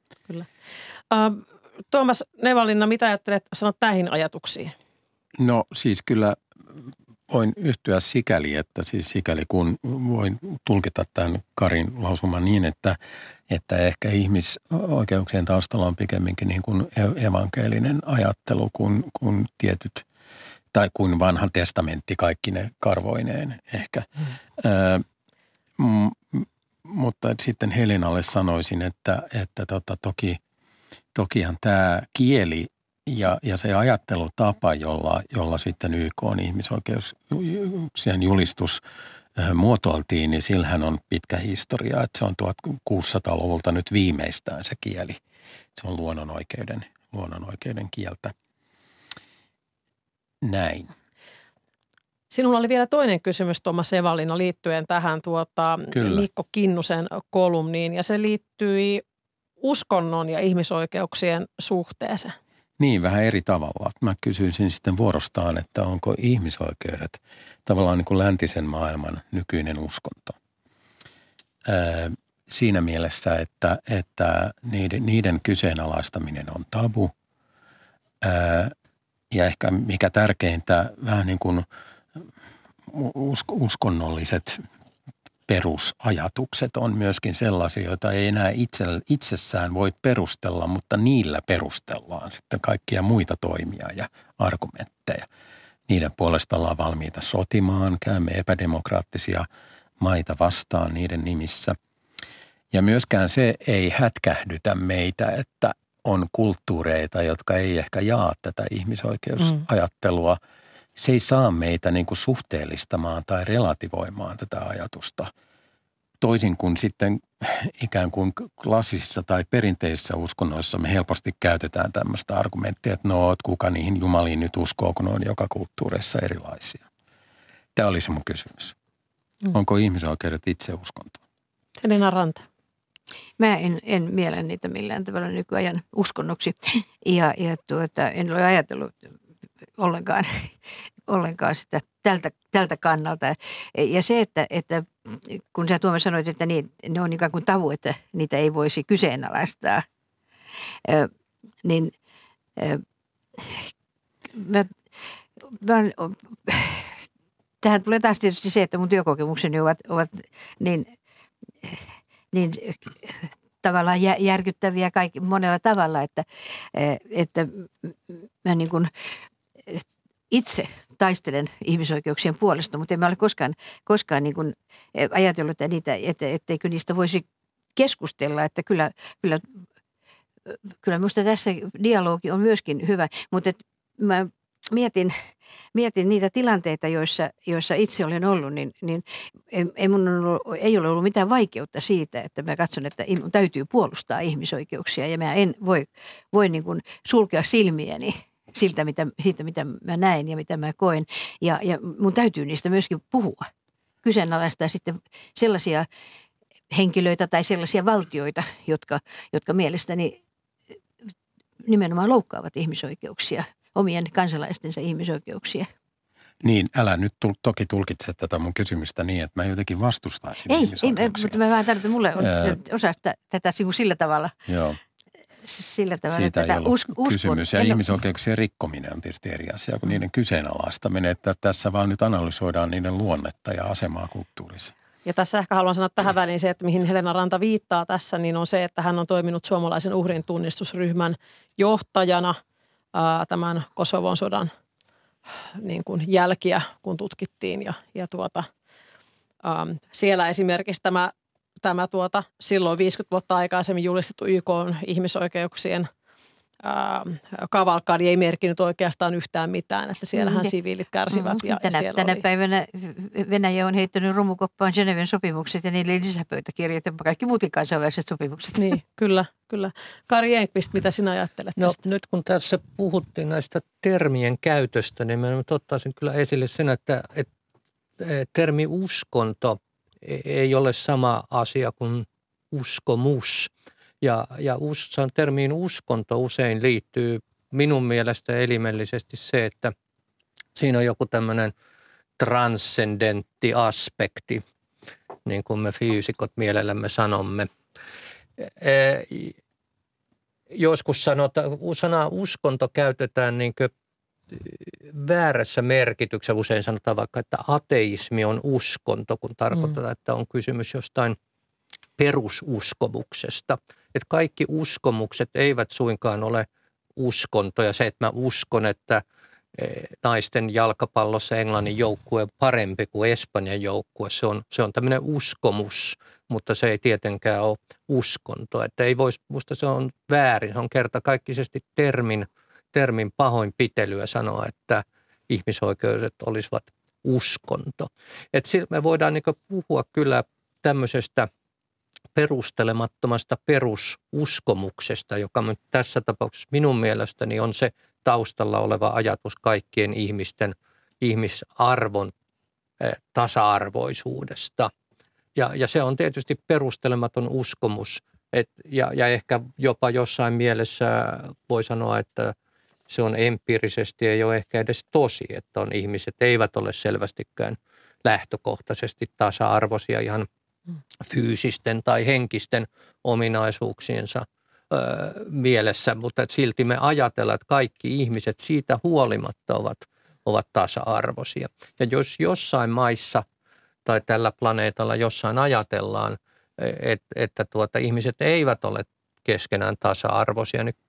Tuomas Nevalinna, mitä ajattelet, sanot näihin ajatuksiin? No siis kyllä voin yhtyä sikäli kun voin tulkita tämän Karin lausuman niin, että ehkä ihmisoikeuksien taustalla on pikemminkin niin kuin evankelinen ajattelu kuin tietyt, tai kuin vanha testamentti kaikki ne karvoineen ehkä. Mutta sitten Helenalle sanoisin, että tokihan tämä kieli ja se ajattelutapa, jolla sitten YK on ihmisoikeuksien julistus muotoiltiin, niin sillähän on pitkä historia, että se on 1600-luvulta nyt viimeistään se kieli. Se on luonnonoikeuden kieltä. Näin. Sinulla oli vielä toinen kysymys, Tuomas Evalina, liittyen tähän Mikko Kinnusen kolumniin, ja se liittyi uskonnon ja ihmisoikeuksien suhteeseen. Niin, vähän eri tavalla. Mä kysyisin sitten vuorostaan, että onko ihmisoikeudet tavallaan niin kuin läntisen maailman nykyinen uskonto. siinä mielessä, että niiden kyseenalaistaminen on tabu. Ja ehkä mikä tärkeintä, vähän niin kuin uskonnolliset perusajatukset on myöskin sellaisia, joita ei enää itsessään voi perustella, mutta niillä perustellaan sitten kaikkia muita toimia ja argumentteja. Niiden puolesta ollaan valmiita sotimaan, käymme epädemokraattisia maita vastaan niiden nimissä. Ja myöskään se ei hätkähdytä meitä, että on kulttuureita, jotka ei ehkä jaa tätä ihmisoikeusajattelua. Se ei saa meitä niin kuin suhteellistamaan tai relativoimaan tätä ajatusta. Toisin kuin sitten ikään kuin klassisissa tai perinteisissä uskonnoissa me helposti käytetään tämmöistä argumenttia, että kuka niihin jumaliin nyt uskoo, kun ne on joka kulttuurissa erilaisia. Tämä oli se mun kysymys. Onko ihmisoikeudet itse uskonto? Helena Ranta. Mä en miele niitä millään tavalla nykyajan uskonnoksi ja en ole ajatellut ollenkaan sitä tältä kannalta. Ja se, että kun sä Tuomas sanoit, että ne on ikään kuin tabu, että niitä ei voisi kyseenalaistaa, niin tähän tulee taas tietysti se, että mun työkokemukseni ovat niin tavallaan järkyttäviä monella tavalla, että mä niin kuin itse taistelen ihmisoikeuksien puolesta, mutta en mä ole koskaan niin kuin ajatellut, etteikö niistä voisi keskustella, että kyllä minusta tässä dialogi on myöskin hyvä, mutta mä mietin niitä tilanteita, joissa itse olen ollut, niin ei ole ollut mitään vaikeutta siitä, että mä katson, että minun täytyy puolustaa ihmisoikeuksia ja mä en voi niin kuin sulkea silmiäni siitä, mitä mä näen ja mitä mä koen. Ja mun täytyy niistä myöskin puhua. Kyseenalaistaa sitten sellaisia henkilöitä tai sellaisia valtioita, jotka mielestäni nimenomaan loukkaavat ihmisoikeuksia, omien kansalaistensa ihmisoikeuksia. Niin, älä nyt toki tulkitse tätä mun kysymystä niin, että mä jotenkin vastustaisin ihmisoikeuksia. Ei, mutta mä vaan tarvitsen, että mulle on osa tätä sillä tavalla. Joo. Sillä tavalla. Siitä ei ollut kysymys. Ja ihmisoikeuksien rikkominen on tietysti eri asia kuin niiden kyseenalaistaminen, että tässä vaan nyt analysoidaan niiden luonnetta ja asemaa kulttuurissa. Ja tässä ehkä haluan sanoa tähän väliin se, että mihin Helena Ranta viittaa tässä, niin on se, että hän on toiminut suomalaisen uhrin tunnistusryhmän johtajana tämän Kosovon sodan niin kuin jälkiä, kun tutkittiin. Siellä esimerkiksi tämä silloin 50 vuotta aikaisemmin julistettu YK:n ihmisoikeuksien kavalkadi ei merkinnyt oikeastaan yhtään mitään, että siellähän siviilit kärsivät. Tänä päivänä Venäjä on heittänyt romukoppaan Geneven sopimukset ja niille lisäpöytäkirjat ja kaikki muutkin kansainväliset sopimukset. Niin, kyllä. Kari Enqvist, mitä sinä ajattelet tästä? Nyt kun tässä puhuttiin näistä termien käytöstä, niin mä ottaisin kyllä esille sen, että termi uskonto ei ole sama asia kuin uskomus. Ja termiin uskonto usein liittyy minun mielestä elimellisesti se, että siinä on joku tämmöinen transcendentti aspekti, niin kuin me fyysikot mielellämme sanomme. Joskus sanaa uskonto käytetään niin kuin väärässä merkityksessä. Usein sanotaan vaikka, että ateismi on uskonto, kun tarkoittaa, että on kysymys jostain perususkomuksesta. Että kaikki uskomukset eivät suinkaan ole uskontoja. Se, että mä uskon, että naisten jalkapallossa Englannin joukkue on parempi kuin Espanjan joukkue. Se on tämmöinen uskomus, mutta se ei tietenkään ole uskonto. Että ei voisi, musta se on väärin. Se on kertakaikkisesti termin pahoinpitelyä sanoa, että ihmisoikeudet olisivat uskonto. Että me voidaan niin puhua kyllä tämmöisestä perustelemattomasta perususkomuksesta, joka tässä tapauksessa minun mielestäni on se taustalla oleva ajatus kaikkien ihmisarvon tasa-arvoisuudesta. Ja se on tietysti perustelematon uskomus. Ja ehkä jopa jossain mielessä voi sanoa, että se on empiirisesti ei ole ehkä edes tosi, että ihmiset eivät ole selvästikään lähtökohtaisesti tasa-arvoisia ihan fyysisten tai henkisten ominaisuuksiensa mielessä, mutta silti me ajatellaan, että kaikki ihmiset siitä huolimatta ovat tasa-arvoisia. Ja jos jossain maissa tai tällä planeetalla jossain ajatellaan, että ihmiset eivät ole keskenään tasa-arvoisia, niin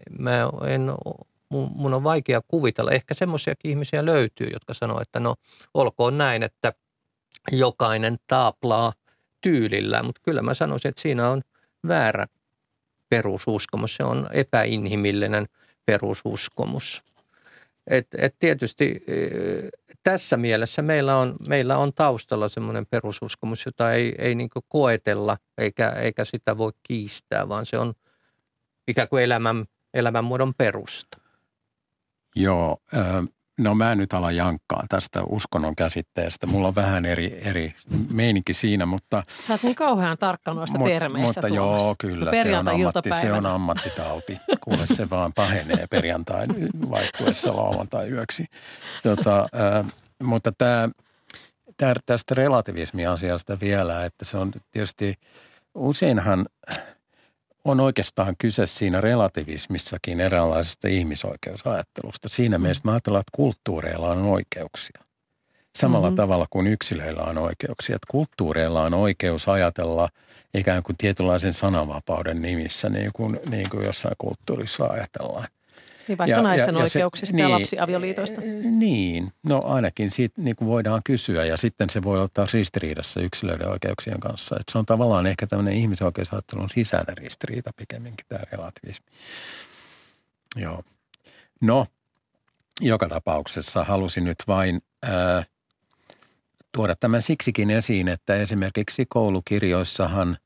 mun on vaikea kuvitella. Ehkä semmoisiakin ihmisiä löytyy, jotka sanoo, että no olkoon näin, että jokainen taaplaa tyylillään, mutta kyllä mä sanoisin, että siinä on väärä perususkomus. Se on epäinhimillinen perususkomus. Et tietysti tässä mielessä meillä on taustalla semmoinen perususkomus, jota ei niin kuin koetella eikä sitä voi kiistää, vaan se on ikään kuin elämänmuodon perusta. Joo, no mä nyt alan jankkaa tästä uskonnon käsitteestä. Mulla on vähän eri meininki siinä, mutta... Sä oot niin kauhean tarkka noista termeistä, mutta Tuomas. joo, kyllä, se on ammattitauti. Kuule, se vaan pahenee perjantain vaihtuessa lauantai-yöksi. Mutta tästä relativismiasiasta vielä, että se on tietysti useinhan... On oikeastaan kyse siinä relativismissakin eräänlaisesta ihmisoikeusajattelusta. Siinä mielessä mä ajattelen, että kulttuureilla on oikeuksia. Samalla tavalla kuin yksilöillä on oikeuksia. Että kulttuureilla on oikeus ajatella ikään kuin tietynlaisen sananvapauden nimissä, niin kuin jossain kulttuurissa ajatellaan. Niin vaikka naisten oikeuksista ja lapsiavioliitoista. Niin, no ainakin siitä niin kuin voidaan kysyä ja sitten se voi ottaa ristiriidassa yksilöiden oikeuksien kanssa. Että se on tavallaan ehkä tämmöinen ihmisoikeusajattelun sisäinen ristiriita pikemminkin tämä relativismi. Joo. No, joka tapauksessa halusin nyt vain tuoda tämän siksikin esiin, että esimerkiksi koulukirjoissahan,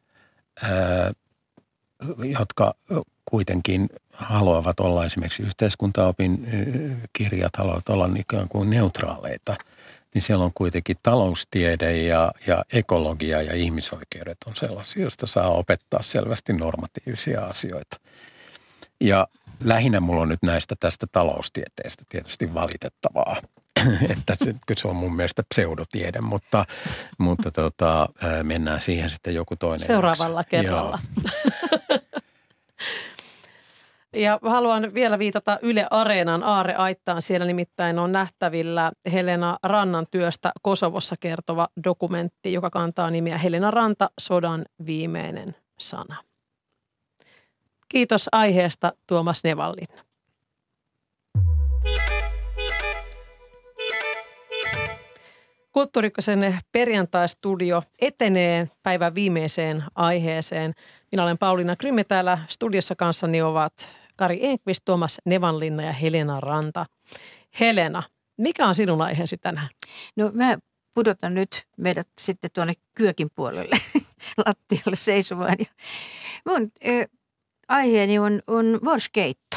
jotka kuitenkin haluavat olla esimerkiksi yhteiskuntaopin kirjat, haluavat olla ikään kuin neutraaleita, niin siellä on kuitenkin taloustiede ja ekologia ja ihmisoikeudet on sellaisia, joista saa opettaa selvästi normatiivisia asioita. Ja lähinnä mulla on nyt tästä taloustieteestä tietysti valitettavaa, että se on mun mielestä pseudotiede, mutta mennään siihen sitten joku toinen. Seuraavalla kerralla. Ja haluan vielä viitata Yle Areenan Aarre-aittaan. Siellä nimittäin on nähtävillä Helena Rannan työstä Kosovossa kertova dokumentti, joka kantaa nimiä Helena Ranta, sodan viimeinen sana. Kiitos aiheesta, Tuomas Nevanlinna. Kulttuuri Ykkösen perjantaistudio etenee päivän viimeiseen aiheeseen. Minä olen Pauliina Grymme, täällä studiossa kanssani ovat Kari Enqvist, Tuomas Nevanlinna ja Helena Ranta. Helena, mikä on sinun aiheesi tänään? No mä pudotan nyt meidät sitten tuonne kyökin puolelle lattialle seisomaan. Ja mun aiheeni on vorskeitto.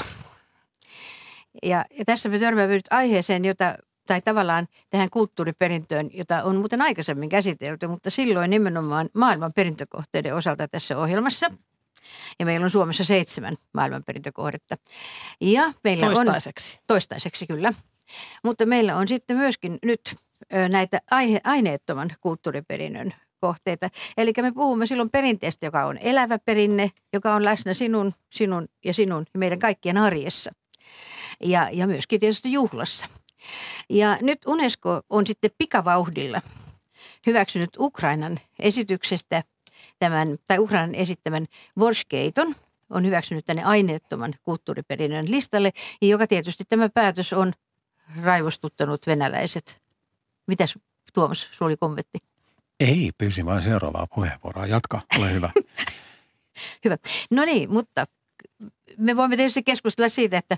Ja tässä me törmäämme nyt aiheeseen, tai tavallaan tähän kulttuuriperintöön, jota on muuten aikaisemmin käsitelty, mutta silloin nimenomaan maailman perintökohteiden osalta tässä ohjelmassa. Ja meillä on Suomessa 7 maailmanperintökohdetta. Ja meillä toistaiseksi kyllä. Mutta meillä on sitten myöskin nyt näitä aineettoman kulttuuriperinnön kohteita. Eli me puhumme silloin perinteestä, joka on elävä perinne, joka on läsnä sinun ja meidän kaikkien arjessa. Ja myöskin tietysti juhlassa. Ja nyt UNESCO on sitten pikavauhdilla hyväksynyt Ukrainan esityksestä Ukrainan esittämän vorskeiton, on hyväksynyt tänne aineettoman kulttuuriperinnön listalle, ja joka tietysti tämä päätös on raivostuttanut venäläiset. Mitäs Tuomas, sulla oli kommentti? Ei, pyysin vain seuraavaa puheenvuoroa. Jatka, ole hyvä. Hyvä. No niin, mutta me voimme tietysti keskustella siitä, että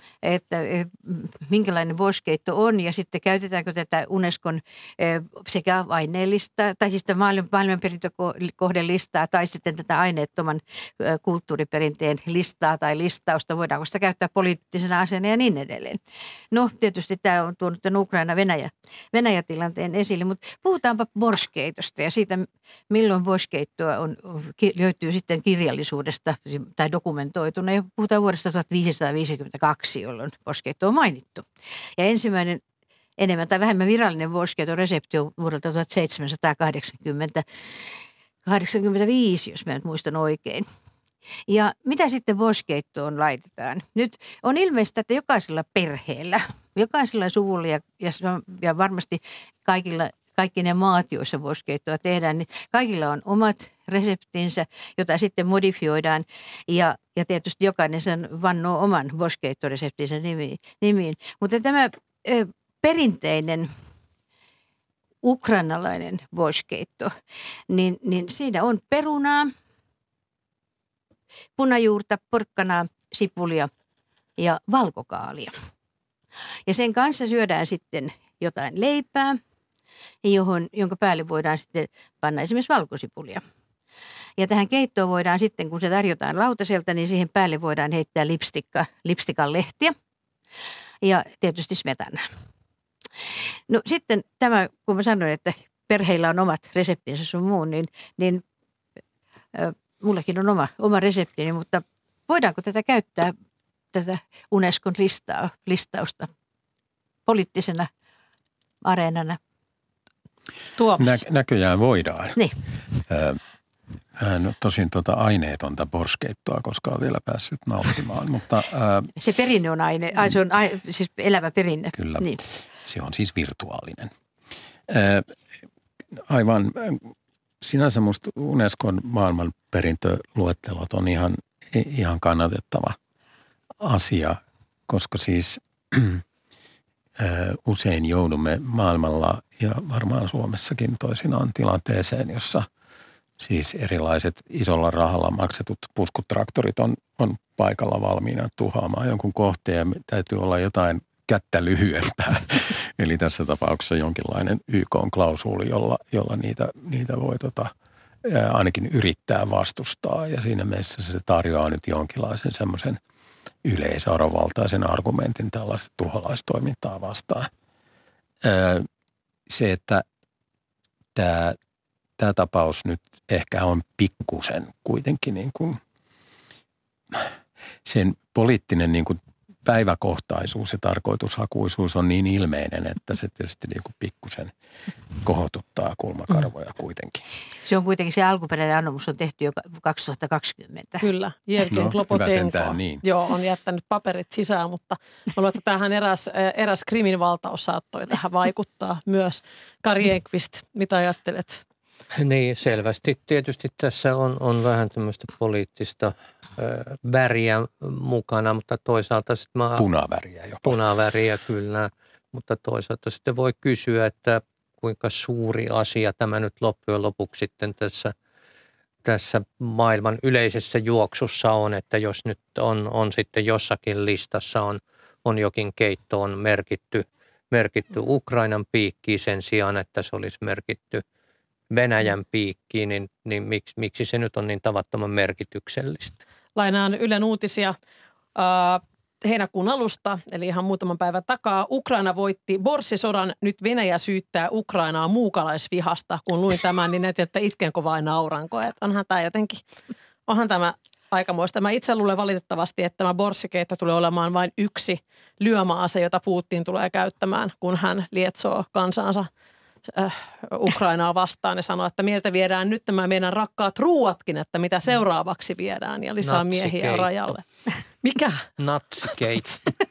minkälainen vorskeitto on ja sitten käytetäänkö tätä Unescon sekä aineellista, tai siis maailmanperintökohdelistaa tai sitten tätä aineettoman kulttuuriperinteen listaa tai listausta, voidaanko sitä käyttää poliittisena asiana ja niin edelleen. No tietysti tämä on tuonut tämän Ukraina-Venäjä-tilanteen esille, mutta puhutaanpa vorskeitosta ja siitä, milloin vorskeittoa löytyy sitten kirjallisuudesta tai dokumentoituna ja puhutaan vuodesta 1552, jolloin vorskeitto on mainittu. Ja ensimmäinen enemmän tai vähemmän virallinen vorskeiton resepti on vuodelta 1780 85, jos mä nyt muistan oikein. Ja mitä sitten borskeittoon laitetaan? Nyt on ilmeistä, että jokaisella perheellä, jokaisella suvulla ja varmasti kaikki ne maat, joissa borskeittoa tehdään, niin kaikilla on omat reseptinsä, jota sitten modifioidaan. Ja tietysti jokainen sen vannoo oman borskeittoreseptinsä nimiin. Mutta tämä perinteinen ukrainalainen borskeitto, niin siinä on perunaa, punajuurta, porkkanaa, sipulia ja valkokaalia. Ja sen kanssa syödään sitten jotain leipää, jonka päälle voidaan sitten panna esimerkiksi valkosipulia. Ja tähän keittoon voidaan sitten, kun se tarjotaan lautaselta, niin siihen päälle voidaan heittää lipstikan lehtiä ja tietysti smetanaa. No sitten tämä, kun mä sanoin, että perheillä on omat reseptinsä sun muun, niin mullakin on oma reseptini, mutta voidaanko tätä käyttää, tätä Unescon listausta poliittisena areenana? Näköjään voidaan. Niin. Tosin aineetonta borskeittoa, koska on vielä päässyt nauttimaan, mutta... Se perinne on se on siis elävä perinne. Kyllä, niin. Se on siis virtuaalinen. Aivan, sinänsä musta Unescon maailmanperintöluettelot on ihan kannatettava asia, koska siis usein joudumme maailmalla ja varmaan Suomessakin toisinaan tilanteeseen, jossa siis erilaiset isolla rahalla maksetut puskutraktorit on paikalla valmiina tuhoamaan jonkun kohteen ja täytyy olla jotain kättä lyhyempää. Eli tässä tapauksessa jonkinlainen YK-klausuuli, jolla niitä voi ainakin yrittää vastustaa. Ja siinä mielessä se tarjoaa nyt jonkinlaisen semmoisen yleisarvovaltaisen argumentin tällaista tuholaistoimintaa vastaan. Se, että tämä tapaus nyt ehkä on pikkusen kuitenkin niin kuin sen poliittinen niin kuin päiväkohtaisuus ja tarkoitushakuisuus on niin ilmeinen, että se tietysti niin kuin pikkusen kohotuttaa kulmakarvoja kuitenkin. Se on kuitenkin se alkuperäinen anomus on tehty jo 2020. Kyllä, Jevgen Klopotenko. Niin. Joo, on jättänyt paperit sisään, mutta mä luulen, että tämähän eräs krimin valtaus saattoi tähän vaikuttaa myös. Kari Enqvist, mitä ajattelet? Niin, selvästi tietysti tässä on vähän tämmöistä poliittista väriä mukana, mutta toisaalta sitten punaväriä jopa. Punaväriä kyllä, mutta toisaalta sitten voi kysyä, että kuinka suuri asia tämä nyt loppujen lopuksi sitten tässä maailman yleisessä juoksussa on, että jos nyt on sitten jossakin listassa on jokin keitto on merkitty Ukrainan piikkiin sen sijaan, että se olisi merkitty Venäjän piikkiin, niin miksi se nyt on niin tavattoman merkityksellistä? Lainaan Ylen uutisia heinäkuun alusta, eli ihan muutaman päivän takaa. Ukraina voitti borssisodan, nyt Venäjä syyttää Ukrainaa muukalaisvihasta. Kun luin tämän, niin näytin, että itkenkö vai nauranko. Että onhan tämä aikamoista. Mä itse luulen valitettavasti, että tämä borssikeitto tulee olemaan vain yksi lyömäase, jota Putin tulee käyttämään, kun hän lietsoo kansansa Ukrainaa vastaan ja sanoo, että meiltä viedään nyt nämä meidän rakkaat ruuatkin, että mitä seuraavaksi viedään ja lisää miehiä rajalle. Mikä? Natsikeitto.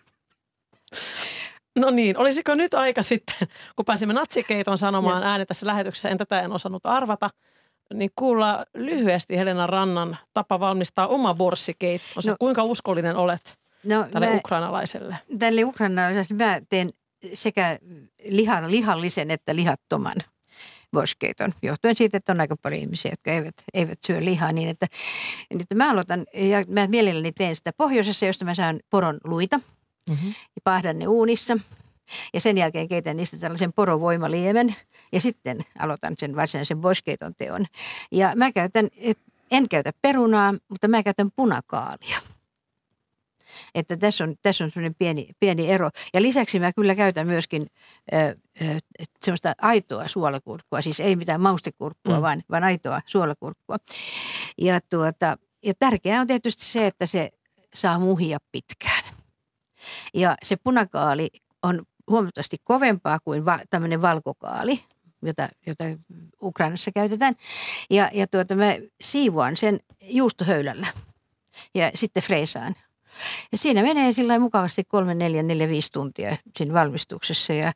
No niin, olisiko nyt aika sitten, kun pääsimme natsikeiton sanomaan ääni tässä lähetyksessä, en osannut arvata, niin kuulla lyhyesti Helena Rannan tapa valmistaa oma borssikeittonsa. Kuinka uskollinen olet tälle ukrainalaiselle? Tälle ukrainalaiselle mä teen sekä lihallisen että lihattoman borskeiton, johtuen siitä, että on aika paljon ihmisiä, jotka eivät syö lihaa, niin että mä aloitan, ja mä mielelläni teen sitä pohjoisessa, josta mä saan poron luita ja paahdan ne uunissa ja sen jälkeen keitän niistä tällaisen porovoimaliemen ja sitten aloitan sen varsinaisen borskeiton teon. Ja mä en käytä perunaa, mutta mä käytän punakaalia. Että tässä on sellainen pieni ero. Ja lisäksi mä kyllä käytän myöskin semmoista aitoa suolakurkkua, siis ei mitään maustekurkkua, vaan aitoa suolakurkkua. Ja tärkeää on tietysti se, että se saa muhia pitkään. Ja se punakaali on huomattavasti kovempaa kuin tämmöinen valkokaali. jota Ukrainassa käytetään. Ja mä siivoan sen juustohöylällä ja sitten freesaan. Ja siinä menee sillä mukavasti 3, 4, 5 tuntia siinä valmistuksessa ja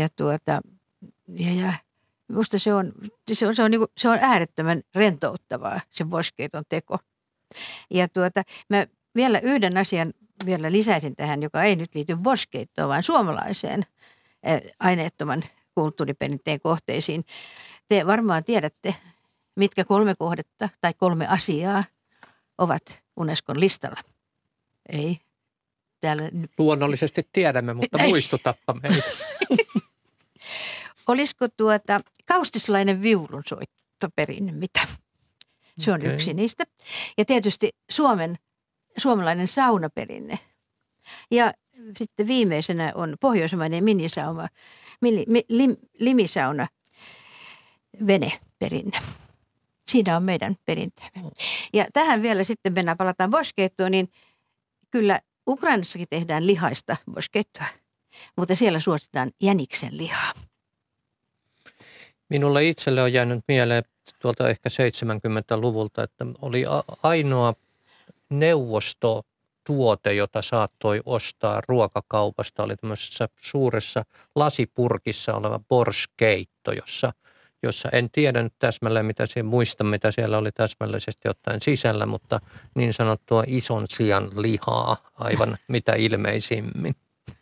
musta se on äärettömän rentouttavaa, se borskeiton teko. Ja mä vielä yhden asian vielä lisäisin tähän, joka ei nyt liity borskeittoon, vaan suomalaiseen aineettoman kulttuuriperinteen kohteisiin. Te varmaan tiedätte, mitkä 3 kohdetta tai 3 asiaa ovat Unescon listalla. Ei. Täällä... Luonnollisesti tiedämme, mutta muistutappa meitä. Olisiko kaustislainen viulunsoittoperinne, mitä? Se on yksi niistä. Ja tietysti suomalainen saunaperinne. Ja sitten viimeisenä on pohjoismainen limisauna veneperinne. Siinä on meidän perinteemme. Ja tähän vielä sitten palataan borskeittoon, niin kyllä Ukrainassakin tehdään lihaista borskeittoa, mutta siellä suositaan jäniksen lihaa. Minulle itselle on jäänyt mieleen tuolta ehkä 70-luvulta, että oli ainoa neuvostotuote, jota saattoi ostaa ruokakaupasta, oli tämmöisessä suuressa lasipurkissa oleva borskeitto, jossa en tiedä nyt täsmälleen, muista mitä siellä oli täsmällisesti ottaen sisällä, mutta niin sanottua ison sian lihaa aivan mitä ilmeisimmin.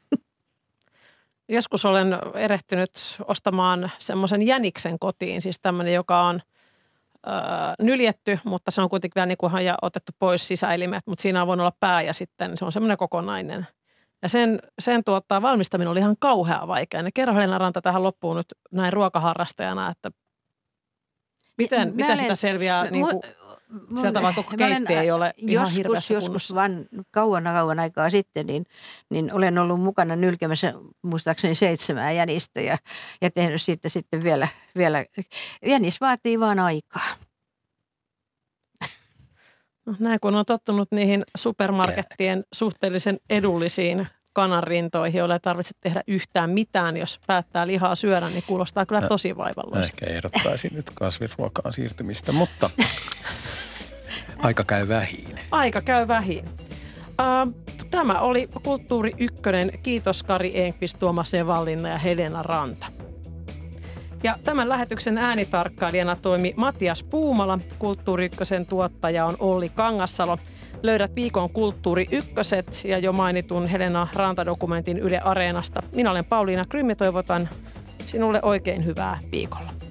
Joskus olen erehtynyt ostamaan semmoisen jäniksen kotiin, siis tämmöinen, joka on nyljetty, mutta se on kuitenkin vielä niin kuin otettu pois sisäelimet, mutta siinä on voinut olla pää ja sitten se on semmoinen kokonainen. Ja sen valmistaminen oli ihan kauhean vaikea. Ja kerro Helena Ranta tähän loppuun nyt näin ruokaharrastajana, että miten sitä selviää sieltä vaan koko keitti ei ole ihan hirveässä kunnossa. Joskus vaan kauan aikaa sitten, niin olen ollut mukana nylkemässä muistaakseni 7 jänistä ja tehnyt siitä sitten vielä. Jänis vaatii vaan aikaa. No, näin kun on tottunut niihin supermarkettien suhteellisen edullisiin kananrintoihin, joille ei tarvitse tehdä yhtään mitään, jos päättää lihaa syödä, niin kuulostaa kyllä tosi vaivalloista. Ehkä ehdottaisin nyt kasvisruokaan siirtymistä, mutta aika käy vähiin. Aika käy vähiin. Tämä oli Kulttuuri Ykkönen. Kiitos Kari Enqvist, Tuomas Evallinna ja Helena Ranta. Ja tämän lähetyksen äänitarkkailijana toimi Matias Puumala. Kulttuuri Ykkösen tuottaja on Olli Kangassalo. Löydät viikon Kulttuuri Ykköset ja jo mainitun Helena Ranta-dokumentin Yle Areenasta. Minä olen Pauliina Krym ja toivotan sinulle oikein hyvää viikonloppua.